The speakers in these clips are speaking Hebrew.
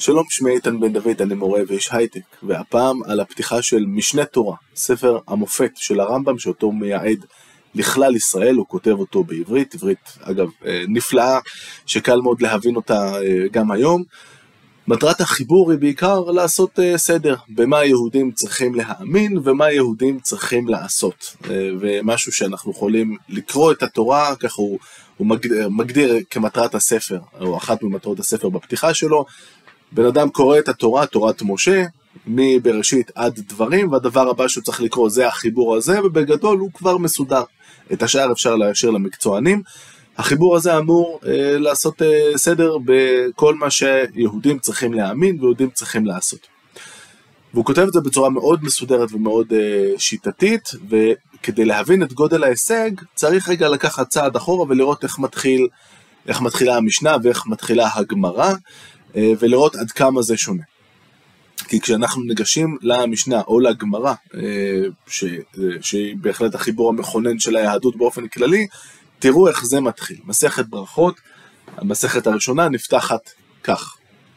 שלום, שמי איתן בן דוד, אני מורה ואיש הייטק, והפעם על הפתיחה של משנה תורה, ספר המופת של הרמב"ם, שאותו מייעד לכלל ישראל. הוא כותב אותו בעברית, עברית אגב נפלאה, שקל מאוד להבין אותה גם היום. מטרת החיבור היא בעיקר לעשות סדר במה היהודים צריכים להאמין ומה היהודים צריכים לעשות, ומשהו שאנחנו יכולים לקרוא את התורה, כך הוא מגדיר כמטרת הספר, או אחת ממטרות הספר בפתיחה שלו. בן אדם קורא את התורה, תורת משה, מבראשית עד דברים, והדבר הבא שהוא צריך לקרוא זה החיבור הזה, ובגדול הוא כבר מסודר. את השאר אפשר להשאיר למקצוענים. החיבור הזה אמור לעשות סדר בכל מה שיהודים צריכים להאמין ויהודים צריכים לעשות. והוא כותב את זה בצורה מאוד מסודרת ומאוד שיטתית, וכדי להבין את גודל ההישג צריך רגע לקחת צעד אחורה ולראות איך מתחילה המשנה ואיך מתחילה הגמרא, ולראות עד כמה זה שונה. כי כשאנחנו ניגשים למשנה או לגמרא, שהיא בהחלט החיבור המכונן של היהדות באופן כללי, תראו איך זה מתחיל. מסכת ברכות, המסכת הראשונה נפתחת כך: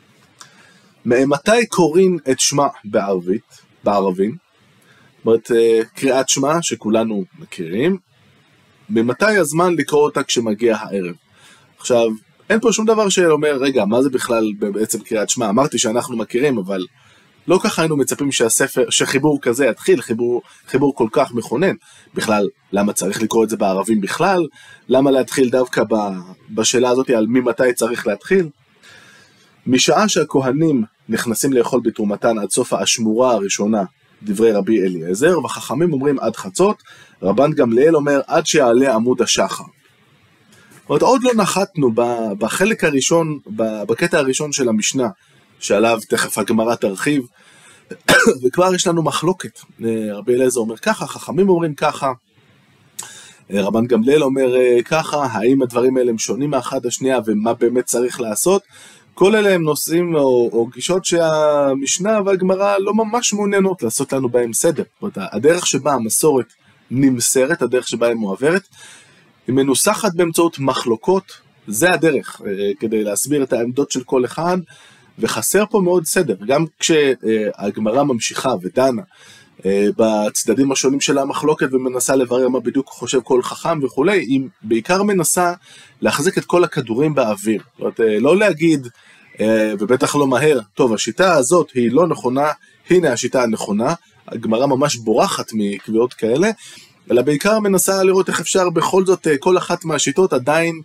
מתי קוראים את שמע בערבים? זאת אומרת, קריאת שמע שכולנו מכירים, ממתי הזמן לקרוא אותה כשמגיע הערב? עכשיו, אין פה שום דבר שאומר, רגע, מה זה בכלל בעצם קריאת שמע? אמרתי שאנחנו מכירים, אבל לא ככה היינו מצפים שחיבור כזה יתחיל, חיבור כל כך מכונן. בכלל, למה צריך לקרוא את זה בערבים בכלל? למה להתחיל דווקא בשאלה הזאת על ממתי צריך להתחיל? משעה שהכהנים נכנסים לאכול בתרומתן עד סוף האשמורה הראשונה, דברי רבי אליעזר, וחכמים אומרים עד חצות, רבן גמליאל אומר עד שיעלה עמוד השחר. עוד לא נחתנו בחלק הראשון, בקטע הראשון של המשנה, שעליו תכף הגמרא תרחיב, וכבר יש לנו מחלוקת. רבי אליעזר אומר ככה, חכמים אומרים ככה, רבן גמליאל אומר ככה, האם הדברים האלה הם שונים מאחד השנייה, ומה באמת צריך לעשות? כל אלה הם נושאים או גישות שהמשנה והגמרא לא ממש מעוניינות לעשות לנו בהם סדר. זאת אומרת, הדרך שבה המסורת נמסרת, הדרך שבה היא מועברת, היא מנוסחת באמצעות מחלוקות. זה הדרך כדי להסביר את העמדות של כל אחד, וחסר פה מאוד סדר. גם כשהגמרא ממשיכה ודנה בצדדים השונים של המחלוקת ומנסה לברר מה בדיוק חושב כל חכם וכו', היא בעיקר מנסה להחזיק את כל הכדורים באוויר. זאת אומרת, לא להגיד, ובטח לא מהר, טוב, השיטה הזאת היא לא נכונה, הנה השיטה הנכונה. הגמרא ממש בורחת מקביעות כאלה, אלא בעיקר מנסה לראות איך אפשר בכל זאת כל אחת מהשיטות עדיין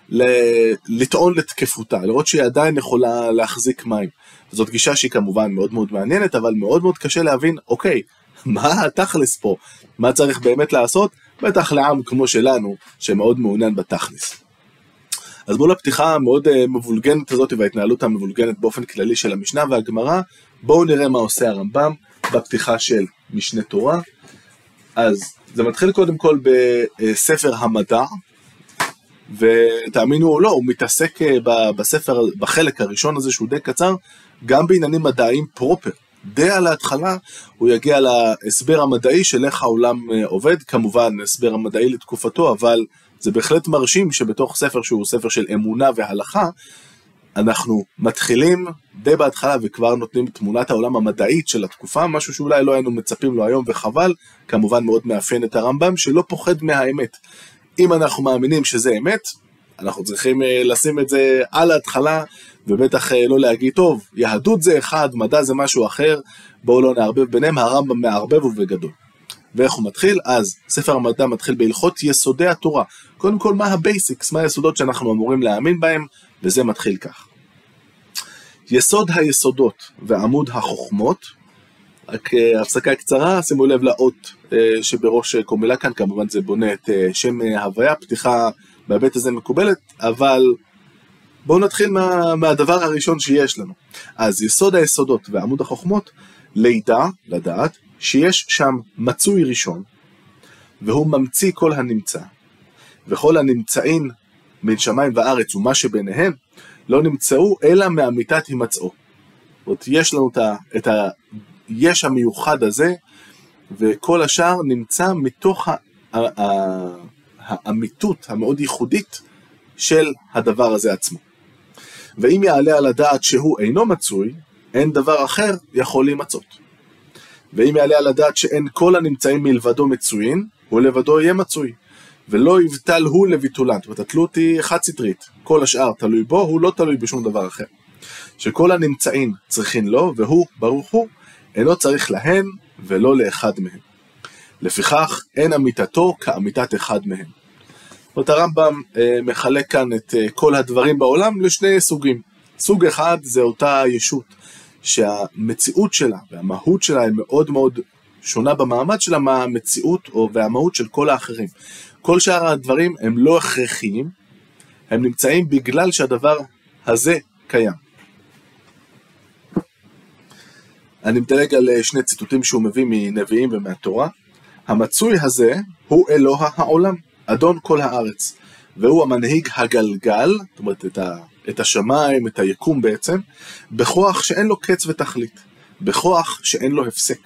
לטעון לתקפותה, לראות שהיא עדיין יכולה להחזיק מים. זאת גישה שהיא כמובן מאוד מאוד מעניינת, אבל מאוד מאוד קשה להבין, אוקיי, מה התכלס פה? מה צריך באמת לעשות? בטח לעם כמו שלנו, שמאוד מעוניין בתכלס. אז מול הפתיחה המאוד מבולגנת הזאת, וההתנהלות המבולגנת באופן כללי של המשנה והגמרא, בואו נראה מה עושה הרמב"ם בפתיחה של משנה תורה. אז זה מתחיל קודם כל בספר המדע, ותאמינו או לא, הוא מתעסק בספר, בחלק הראשון הזה שהוא די קצר, גם בעניינים מדעיים פרופר. די על ההתחלה הוא יגיע להסבר המדעי של איך העולם עובד, כמובן הסבר המדעי לתקופתו, אבל זה בהחלט מרשים שבתוך ספר שהוא ספר של אמונה והלכה, אנחנו מתחילים די בהתחלה וכבר נותנים תמונת העולם המדעית של התקופה, משהו שאולי לא היינו מצפים לו היום וחבל. כמובן מאוד מאפיין את הרמב"ם שלא פוחד מהאמת. אם אנחנו מאמינים שזה אמת, אנחנו צריכים לשים את זה על ההתחלה, ובטח לא להגיד, טוב, יהדות זה אחד, מדע זה משהו אחר, בואו לא נערבב ביניהם. הרמב"ם מערבב ובגדול. ואיך הוא מתחיל? אז ספר המדע מתחיל בהלכות יסודי התורה. קודם כל, מה הבייסיקס, מה היסודות שאנחנו אמורים להאמין בהם, וזה מתחיל כך: יסוד היסודות ועמוד החוכמות. רק הפסקה קצרה, שימו לב לאות שבראש קומילה כאן, כמובן זה בונה את שם הוויה, פתיחה בהיבט הזה מקובלת, אבל בואו נתחיל מהדבר הראשון שיש לנו. אז יסוד היסודות ועמוד החוכמות, לדעת שיש שם מצוי ראשון, והוא ממציא כל הנמצא, וכל הנמצאים מן שמיים וארץ ומה שביניהם, לא נמצאו אלא מאמיתת הימצאו. זאת אומרת, יש לנו את יש המיוחד הזה, וכל השאר נמצא מתוך האמיתות המאוד ייחודית של הדבר הזה עצמו. ואם יעלה על הדעת שהוא אינו מצוי, אין דבר אחר יכול להימצאות. ואם יעלה על הדעת שאין כל הנמצאים מלבדו מצויים, הוא לבדו יהיה מצוי. ולא יבטל הוא לביטולן. זאת אומרת, התלות היא חד סטרית. כל השאר תלוי בו, הוא לא תלוי בשום דבר אחר. שכל הנמצאים צריכים לו, והוא, ברוך הוא, אינו צריך להן ולא לאחד מהם. לפיכך, אין אמיתתו כאמיתת אחד מהם. זאת אומרת, הרמב"ם מחלק כאן את כל הדברים בעולם לשני סוגים. סוג אחד זה אותה ישות, שהמציאות שלה והמהות שלה היא מאוד מאוד שונה במעמד שלה מהמציאות והמהות של כל האחרים. כל שאר הדברים הם לא הכרחיים, הם נמצאים בגלל שהדבר הזה קיים. אני מדלג על שני ציטוטים שהוא מביא מנביאים ומהתורה. המצוי הזה הוא אלוה העולם, אדון כל הארץ, והוא המנהיג הגלגל, זאת אומרת את השמיים, את היקום בעצם, בכוח שאין לו קץ ותכלית, בכוח שאין לו הפסק,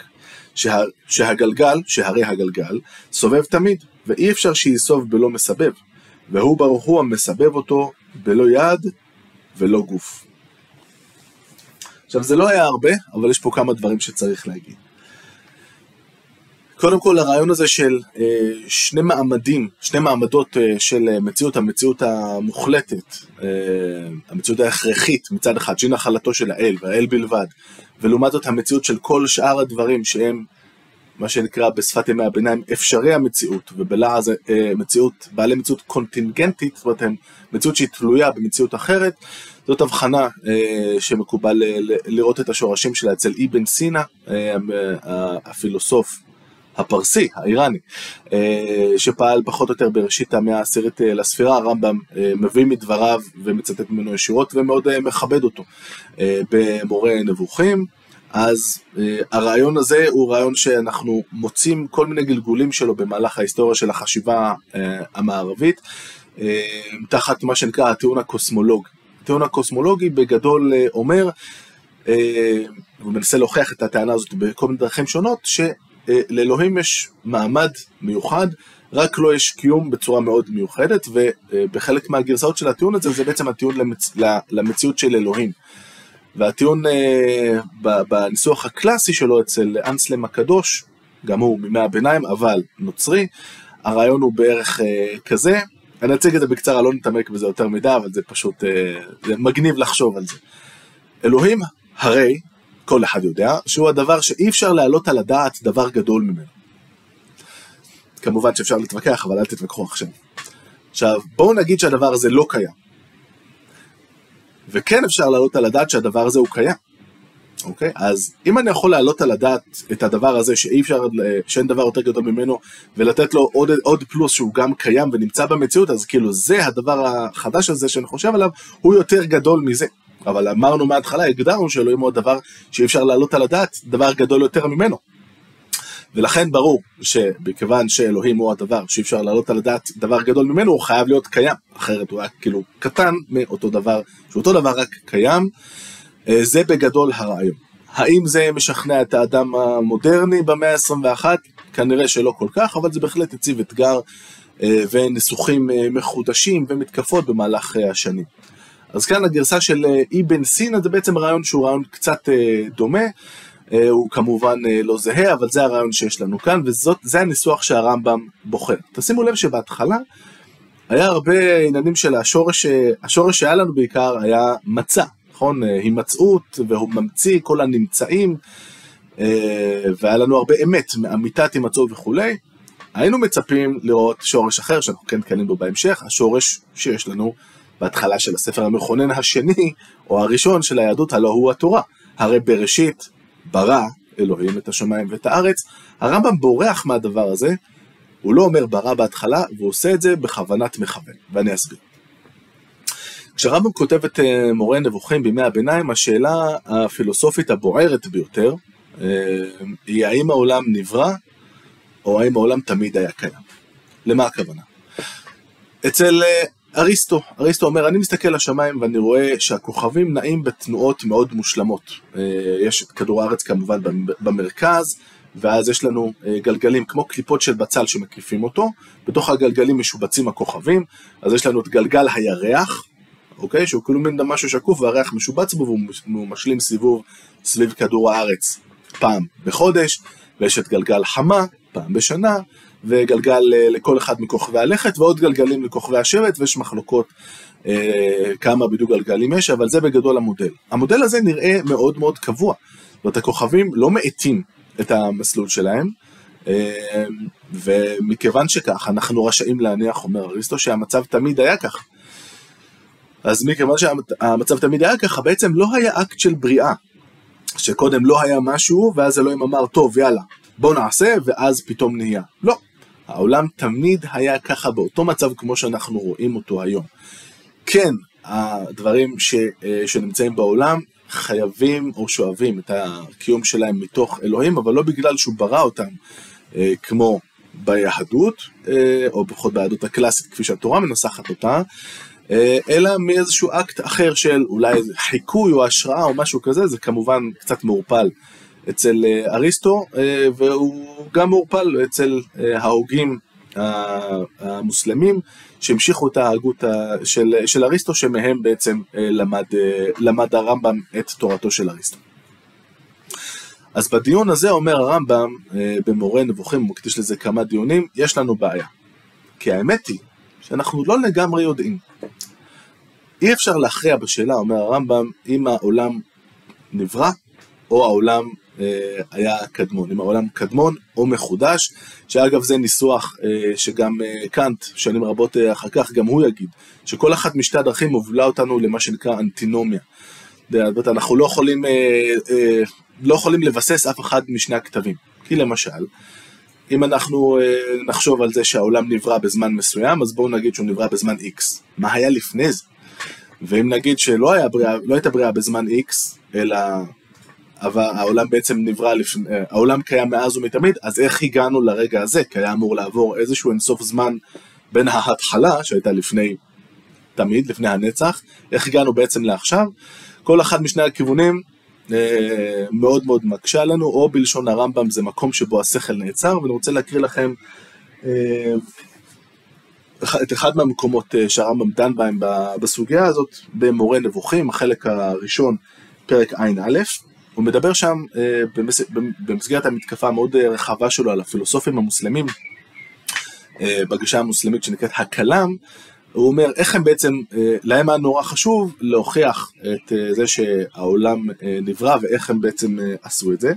שהרי הגלגל סובב תמיד, ואי אפשר שיסוב בלא מסבב, והוא ברוך הוא המסבב אותו בלא יד ולא גוף. עכשיו זה לא היה הרבה, אבל יש פה כמה דברים שצריך להגיד. קודם כל הרעיון הזה של שני מעמדות של המציאות המוחלטת, המציאות ההכרחית מצד אחד, שהיא נחלתו של האל והאל בלבד, ולעומת זאת המציאות של כל שאר הדברים שהם מה שנקרא בשפת ימי הביניים אפשרי המציאות, ובלעז בעלי מציאות קונטינגנטית, זאת אומרת הם מציאות שהיא תלויה במציאות אחרת. זאת הבחנה שמקובל לראות את השורשים שלה אצל אבן סינה, הפילוסוף הפרסי, האיראני, שפעל פחות או יותר בראשית המאה העשירית לספירה. הרמב"ם מביא מדבריו ומצטט ממנו ישירות ומאוד מכבד אותו במורה נבוכים. אז הרעיון הזה הוא רעיון שאנחנו מוצאים כל מיני גלגולים שלו במהלך ההיסטוריה של החשיבה המערבית, תחת מה שנקרא הטיעון הקוסמולוגי. הטיעון הקוסמולוגי בגדול אומר, הוא מנסה להוכיח את הטענה הזאת בכל מיני דרכים שונות, שלאלוהים יש מעמד מיוחד, רק לו יש קיום בצורה מאוד מיוחדת, ובחלק מהגרסאות של הטיעון הזה, זה בעצם הטיעון למציאות של אלוהים. והטיעון בניסוח הקלאסי שלו אצל אנסלם הקדוש, גם הוא מימי הביניים, אבל נוצרי, הרעיון הוא בערך כזה. אני אציג את זה בקצרה, לא נתעמק בזה יותר מדי, אבל זה פשוט מגניב לחשוב על זה. אלוהים, הרי, כל אחד יודע, שהוא הדבר שאי אפשר להעלות על הדעת דבר גדול ממנו. כמובן שאפשר להתווכח, אבל אל תתווכחו עכשיו. עכשיו, בואו נגיד שהדבר הזה לא קיים. וכן אפשר להעלות על הדעת שהדבר הזה הוא קיים. אוקיי? אז אם אני יכול להעלות על הדעת את הדבר הזה שאין דבר יותר גדול ממנו, ולתת לו עוד פלוס שהוא גם קיים ונמצא במציאות, אז כאילו זה הדבר החדש הזה שאני חושב עליו, הוא יותר גדול מזה. אבל אמרנו מההתחלה, הגדרנו שאלוהים הוא הדבר שאי אפשר להעלות על הדעת, דבר גדול יותר ממנו. ולכן ברור שבכיוון שאלוהים הוא הדבר שאי אפשר להעלות על הדעת דבר גדול ממנו, הוא חייב להיות קיים, אחרת הוא רק כאילו קטן מאותו דבר, שאותו דבר רק קיים. זה בגדול הרעיון. האם זה משכנע את האדם המודרני במאה ה-21? כנראה שלא כל כך, אבל זה בהחלט הציב אתגר וניסוחים מחודשים ומתקפות במהלך השנים. אז כאן הגרסה של אבן סינה זה בעצם רעיון שהוא רעיון קצת דומה, הוא כמובן לא זהה, אבל זה הרעיון שיש לנו כאן, וזה הניסוח שהרמב"ם בוחר. תשימו לב שבהתחלה היה הרבה עניינים של השורש שהיה לנו בעיקר היה מצא, נכון? הימצאות, והוא ממציא כל הנמצאים, והיה לנו הרבה אמת, אמיתת הימצאות וכו'. היינו מצפים לראות שורש אחר, שאנחנו כן קלים בו בהמשך, השורש שיש לנו בהתחלה של הספר המכונן השני, או הראשון של היהדות, הלא הוא התורה. הרי בראשית ברא אלוהים את השמיים ואת הארץ. הרמב"ם בורח מהדבר הזה, הוא לא אומר ברא בהתחלה, והוא עושה את זה בכוונת מכוון, ואני אסביר. כשהרמב"ם כותב את מורה נבוכים בימי הביניים, השאלה הפילוסופית הבוערת ביותר, היא האם העולם נברא, או האם העולם תמיד היה קיים. למה הכוונה? אצל אריסטו אומר, אני מסתכל לשמיים ואני רואה שהכוכבים נעים בתנועות מאוד מושלמות. יש את כדור הארץ כמובן במרכז, ואז יש לנו גלגלים כמו קליפות של בצל שמקיפים אותו, בתוך הגלגלים משובצים הכוכבים, אז יש לנו את גלגל הירח, אוקיי? שהוא כאילו מין משהו שקוף והריח משובץ בו, והוא משלים סיבוב סביב כדור הארץ פעם בחודש, ויש את גלגל חמה פעם בשנה, וגלגל לכל אחד מכוכבי הלכת, ועוד גלגלים לכוכבי השבט, ויש מחלוקות כמה בדיוק גלגלים יש, אבל זה בגדול המודל. המודל הזה נראה מאוד מאוד קבוע, זאת הכוכבים לא מאטים את המסלול שלהם, ומכיוון שכך אנחנו רשאים להניח, אומר אריסטו, שהמצב תמיד היה כך. אז מכיוון שהמצב תמיד היה ככה, בעצם לא היה אקט של בריאה, שקודם לא היה משהו, ואז אלוהים אמר, טוב יאללה, בוא נעשה, ואז פתאום נהיה. לא, העולם תמיד היה ככה באותו מצב כמו שאנחנו רואים אותו היום. כן, הדברים שנמצאים בעולם חייבים או שואבים את הקיום שלהם מתוך אלוהים, אבל לא בגלל שהוא ברא אותם, כמו ביהדות, או פחות ביהדות הקלאסית כפי שהתורה מנסחת אותה, אלא מאיזשהו אקט אחר של אולי חיקוי או השראה או משהו כזה. זה כמובן קצת מעורפל אצל אריסטו, והוא גם מעורפל אצל ההוגים המוסלמים שהמשיכו את ההגות של אריסטו, שמהם בעצם למד הרמב"ם את תורתו של אריסטו. אז בדיון הזה אומר הרמב"ם במורה נבוכים, הוא מקדיש לזה כמה דיונים, יש לנו בעיה. כי האמת היא שאנחנו לא לגמרי יודעים. אי אפשר להכריע בשאלה, אומר הרמב"ם, אם העולם נברא או העולם היה קדמון, אם העולם קדמון או מחודש, שאגב זה ניסוח שגם קאנט שנים רבות אחר כך גם הוא יגיד, שכל אחת משתי הדרכים מובילה אותנו למה שנקרא אנטינומיה. אנחנו לא יכולים לבסס אף אחד משני הכתבים, כי למשל, אם אנחנו נחשוב על זה שהעולם נברא בזמן מסוים, אז בואו נגיד שהוא נברא בזמן X. מה היה לפני זה? ואם נגיד שלא הייתה בריאה בזמן X, אלא העולם בעצם נברא, העולם קיים מאז ומתמיד, אז איך הגענו לרגע הזה? כי היה אמור לעבור איזשהו אינסוף זמן בין ההתחלה, שהייתה לפני תמיד, לפני הנצח, איך הגענו בעצם לעכשיו? כל אחד משני הכיוונים מאוד מאוד מקשה עלינו, או בלשון הרמב"ם זה מקום שבו השכל נעצר, ואני רוצה להקריא לכם את אחד מהמקומות שהרמב"ם דן בהם בסוגיה הזאת, במורה נבוכים, החלק הראשון, פרק ע"א, הוא מדבר שם במסגרת המתקפה המאוד רחבה שלו על הפילוסופים המוסלמים, בגישה המוסלמית שנקראת הכלם, הוא אומר איך הם בעצם, להם היה נורא חשוב להוכיח את זה שהעולם נברא, ואיך הם בעצם עשו את זה.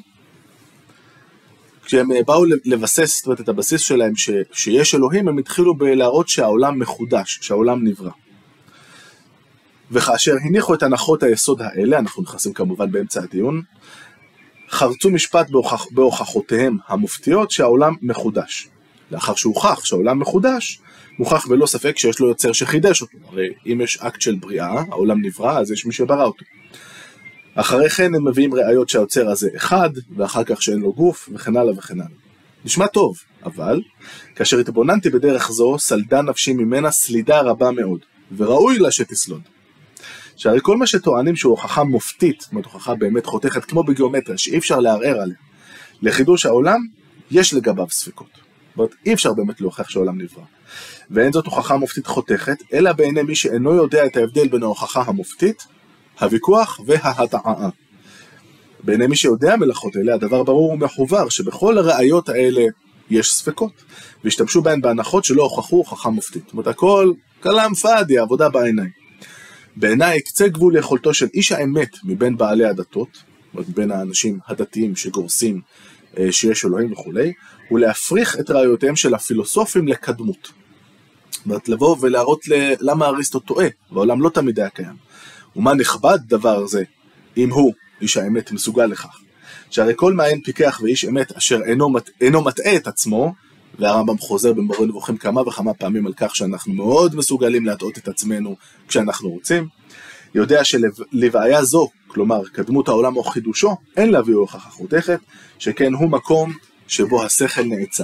כשהם באו לבסס, זאת אומרת, את הבסיס שלהם שיש אלוהים, הם התחילו בלהראות שהעולם מחודש, שהעולם נברא. וכאשר הניחו את הנחות היסוד האלה, אנחנו נכנסים כמובן באמצע הדיון, חרצו משפט בהוכחותיהם המופתיות שהעולם מחודש. לאחר שהוכח שהעולם מחודש, מוכח בלא ספק שיש לו יוצר שחידש אותו. הרי אם יש אקט של בריאה, העולם נברא, אז יש מי שברא אותו. אחרי כן הם מביאים ראיות שהיוצר הזה אחד, ואחר כך שאין לו גוף, וכן הלאה וכן הלאה. נשמע טוב, אבל כאשר התבוננתי בדרך זו, סלדה נפשי ממנה סלידה רבה מאוד, וראוי לה שתסלוד. שהרי כל מה שטוענים שהוא הוכחה מופתית, זאת אומרת הוכחה באמת חותכת כמו בגיאומטריה, שאי אפשר לערער עליה, לחידוש העולם, יש לגביו ספקות. זאת אומרת, אי אפשר באמת להוכיח שהעולם נברא. ואין זאת הוכחה מופתית חותכת, אלא בעיני מי שאינו יודע את ההבדל בין ההוכחה המופתית, הוויכוח וההטעה. בעיני מי שיודע מלאכות אלה, הדבר ברור ומחובר שבכל הראיות האלה יש ספקות, והשתמשו בהן בהנחות שלא הוכחו הוכחה מופתית. זאת אומרת, הכל כלם פאדי, עבודה בעיניים. בעיניי קצה גבול יכולתו של איש האמת מבין בעלי הדתות, זאת אומרת, בין האנשים הדתיים שגורסים שיש אלוהים וכו', הוא להפריך את ראיותיהם של הפילוסופים לקדמות. זאת אומרת, לבוא ולהראות למה אריסטו טועה, והעולם לא תמיד היה קיים. ומה נכבד דבר זה, אם הוא, איש האמת, מסוגל לכך. שהרי כל מעין פיקח ואיש אמת אשר אינו מטעה את עצמו, והרמב"ם חוזר במורה נבוכים כמה וכמה פעמים על כך שאנחנו מאוד מסוגלים להטעות את עצמנו כשאנחנו רוצים, יודע שלבעיה זו, כלומר קדמות העולם או חידושו, אין להביא הוכחה חותכת, שכן הוא מקום שבו השכל נעצר.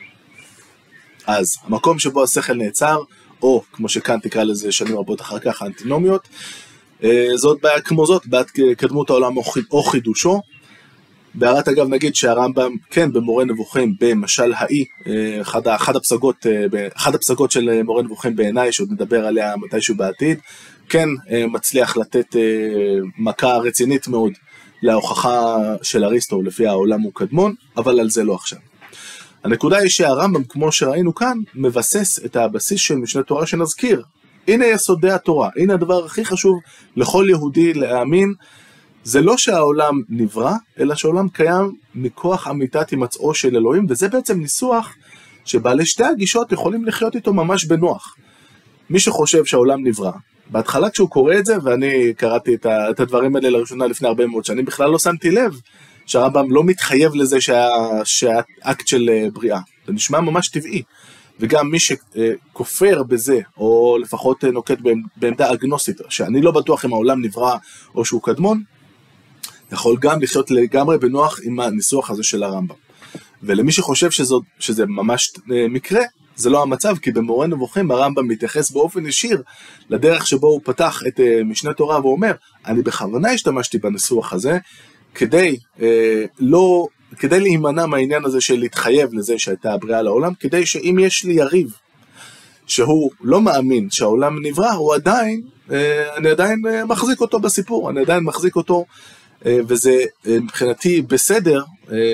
אז המקום שבו השכל נעצר, או כמו שכאן תקרא לזה שנים רבות אחר כך, האנטינומיות, זאת בעיה כמו זאת, בעיית קדמות העולם או חידושו. בהערת אגב נגיד שהרמב"ם כן במורה נבוכים במשל האי, אחת הפסגות של מורה נבוכים בעיניי שעוד נדבר עליה מתישהו בעתיד, כן מצליח לתת מכה רצינית מאוד להוכחה של אריסטו לפי העולם הוא קדמון, אבל על זה לא עכשיו. הנקודה היא שהרמב"ם, כמו שראינו כאן, מבסס את הבסיס של משנה תורה שנזכיר. הנה יסודי התורה, הנה הדבר הכי חשוב לכל יהודי להאמין, זה לא שהעולם נברא, אלא שהעולם קיים מכוח אמיתת הימצאו של אלוהים, וזה בעצם ניסוח שבעלי שתי הגישות יכולים לחיות איתו ממש בנוח. מי שחושב שהעולם נברא, בהתחלה כשהוא קורא את זה, ואני קראתי את הדברים האלה לראשונה לפני הרבה מאוד שנים, בכלל לא שמתי לב שהרמב"ם לא מתחייב לזה שהאקט של בריאה. זה נשמע ממש טבעי. וגם מי שכופר בזה, או לפחות נוקט בעמדה אגנוסטית, שאני לא בטוח אם העולם נברא או שהוא קדמון, יכול גם לחיות לגמרי בנוח עם הניסוח הזה של הרמב"ם. ולמי שחושב שזה ממש מקרה, זה לא המצב, כי במורה נבוכים הרמב"ם מתייחס באופן ישיר לדרך שבו הוא פתח את משנה תורה ואומר, אני בכוונה השתמשתי בניסוח הזה, כדי להימנע מהעניין הזה של להתחייב לזה שהייתה הבריאה לעולם, כדי שאם יש לי יריב שהוא לא מאמין שהעולם נברא, אני עדיין מחזיק אותו בסיפור, אני עדיין מחזיק אותו, וזה מבחינתי בסדר,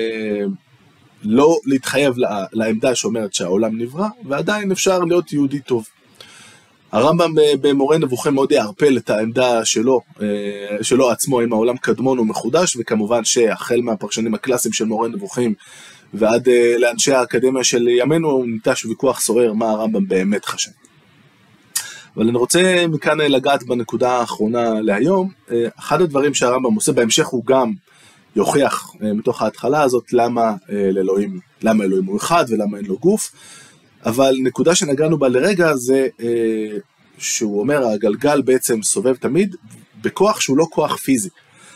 לא להתחייב לעמדה שאומרת שהעולם נברא, ועדיין אפשר להיות יהודי טוב. הרמב"ם במורה נבוכים מאוד יערפל את העמדה שלו עצמו, אם העולם קדמון ומחודש, וכמובן שהחל מהפרשנים הקלאסיים של מורה נבוכים, ועד לאנשי האקדמיה של ימינו, ניטש ויכוח סוער מה הרמב"ם באמת חשב. אבל אני רוצה מכאן לגעת בנקודה האחרונה להיום. אחד הדברים שהרמב"ם עושה בהמשך הוא גם יוכיח מתוך ההתחלה הזאת למה אלוהים הוא אחד ולמה אין לו גוף, אבל נקודה שנגענו בה לרגע זה שהוא אומר הגלגל בעצם סובב תמיד בכוח שהוא לא כוח פיזי.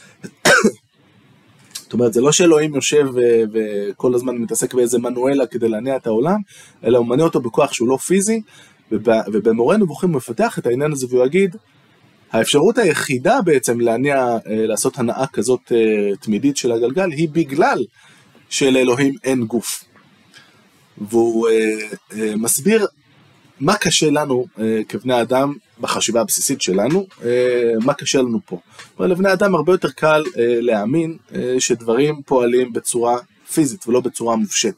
זאת אומרת, זה לא שאלוהים יושב וכל הזמן מתעסק באיזה מנואלה כדי להניע את העולם, אלא הוא מניע אותו בכוח שהוא לא פיזי, ובמורה נבוכים הוא מפתח את העניין הזה והוא יגיד, האפשרות היחידה בעצם לעשות הנאה כזאת תמידית של הגלגל, היא בגלל שלאלוהים אין גוף. והוא מסביר מה קשה לנו כבני אדם בחשיבה הבסיסית שלנו, מה קשה לנו פה. לבני אדם הרבה יותר קל להאמין שדברים פועלים בצורה פיזית ולא בצורה מופשטת.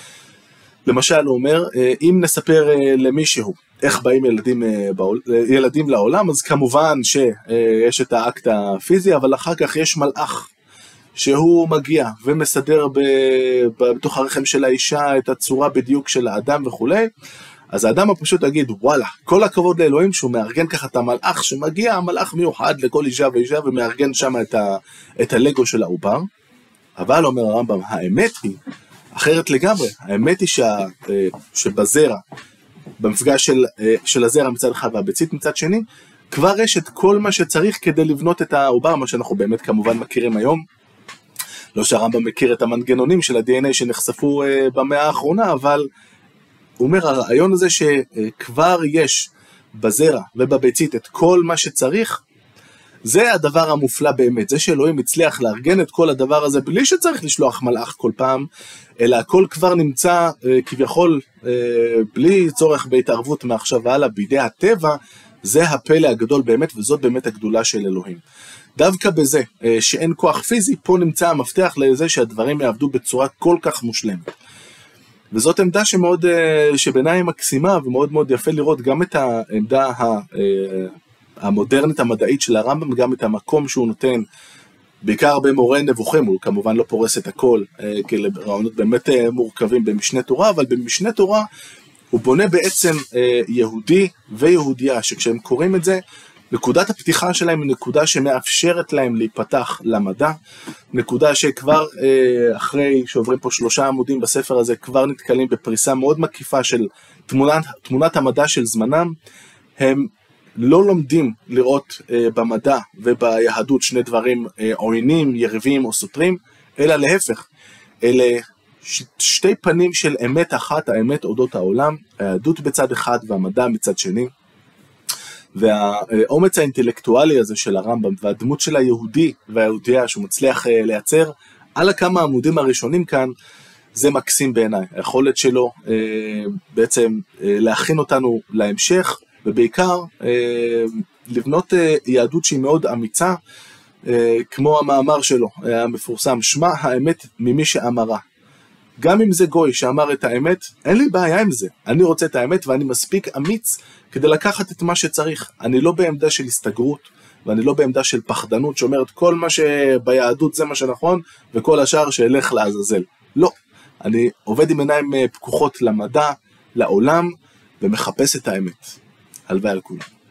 למשל הוא אומר, אם נספר למישהו איך באים ילדים לעולם, אז כמובן שיש את האקט הפיזי, אבל אחר כך יש מלאך שהוא מגיע ומסדר בתוך הרחם של האישה את הצורה בדיוק של האדם וכו'. אז האדם הפשוט יגיד, וואלה, כל הכבוד לאלוהים שהוא מארגן ככה את המלאך שמגיע, המלאך מיוחד לכל אישה ואישה ומארגן שם את הלגו של העובר. אבל אומר הרמב"ם, האמת היא אחרת לגמרי. האמת היא שבזרע, במפגש של הזרע מצד אחד והביצית מצד שני, כבר יש את כל מה שצריך כדי לבנות את העובר, מה שאנחנו באמת כמובן מכירים היום. לא שהרמב"ם מכיר את המנגנונים של ה-DNA שנחשפו במאה האחרונה, אבל הוא אומר, הרעיון הזה שכבר יש בזרע ובביצית את כל מה שצריך, זה הדבר המופלא באמת, זה שאלוהים הצליח לארגן את כל הדבר הזה, בלי שצריך לשלוח מלאך כל פעם, אלא הכל כבר נמצא כביכול, בלי צורך בהתערבות מעכשיו והלאה, בידי הטבע, זה הפלא הגדול באמת, וזאת באמת הגדולה של אלוהים. דווקא בזה שאין כוח פיזי, פה נמצא המפתח לזה שהדברים יעבדו בצורה כל כך מושלמת. וזאת עמדה שבעיניי מקסימה, ומאוד מאוד יפה לראות גם את העמדה המודרנית המדעית של הרמב"ם, גם את המקום שהוא נותן, בעיקר במורה נבוכים, הוא כמובן לא פורס את הכל, כי לרעיונות באמת מורכבים במשנה תורה, אבל במשנה תורה הוא בונה בעצם יהודי ויהודייה, שכשהם קוראים את זה, נקודת הפתיחה שלהם היא נקודה שמאפשרת להם להיפתח למדע, נקודה שכבר אחרי שעוברים פה 3 עמודים בספר הזה, כבר נתקלים בפריסה מאוד מקיפה של תמונת המדע של זמנם. הם לא לומדים לראות במדע וביהדות שני דברים עוינים, יריבים או סותרים, אלא להפך, אלה שתי פנים של אמת אחת, האמת אודות העולם, היהדות בצד אחד והמדע מצד שני. והאומץ האינטלקטואלי הזה של הרמב"ם והדמות של היהודי והיהודיה שהוא מצליח לייצר על הכמה עמודים הראשונים כאן, זה מקסים בעיניי. היכולת שלו בעצם להכין אותנו להמשך, ובעיקר לבנות יהדות שהיא מאוד אמיצה, כמו המאמר שלו, המפורסם, שמע האמת ממי שאמרה. גם אם זה גוי שאמר את האמת, אין לי בעיה עם זה. אני רוצה את האמת ואני מספיק אמיץ כדי לקחת את מה שצריך. אני לא בעמדה של הסתגרות, ואני לא בעמדה של פחדנות שאומרת כל מה שביהדות זה מה שנכון, וכל השאר שילך לעזאזל. לא. אני עובד עם עיניים פקוחות למדע, לעולם, ומחפש את האמת. הלוואי על כולם.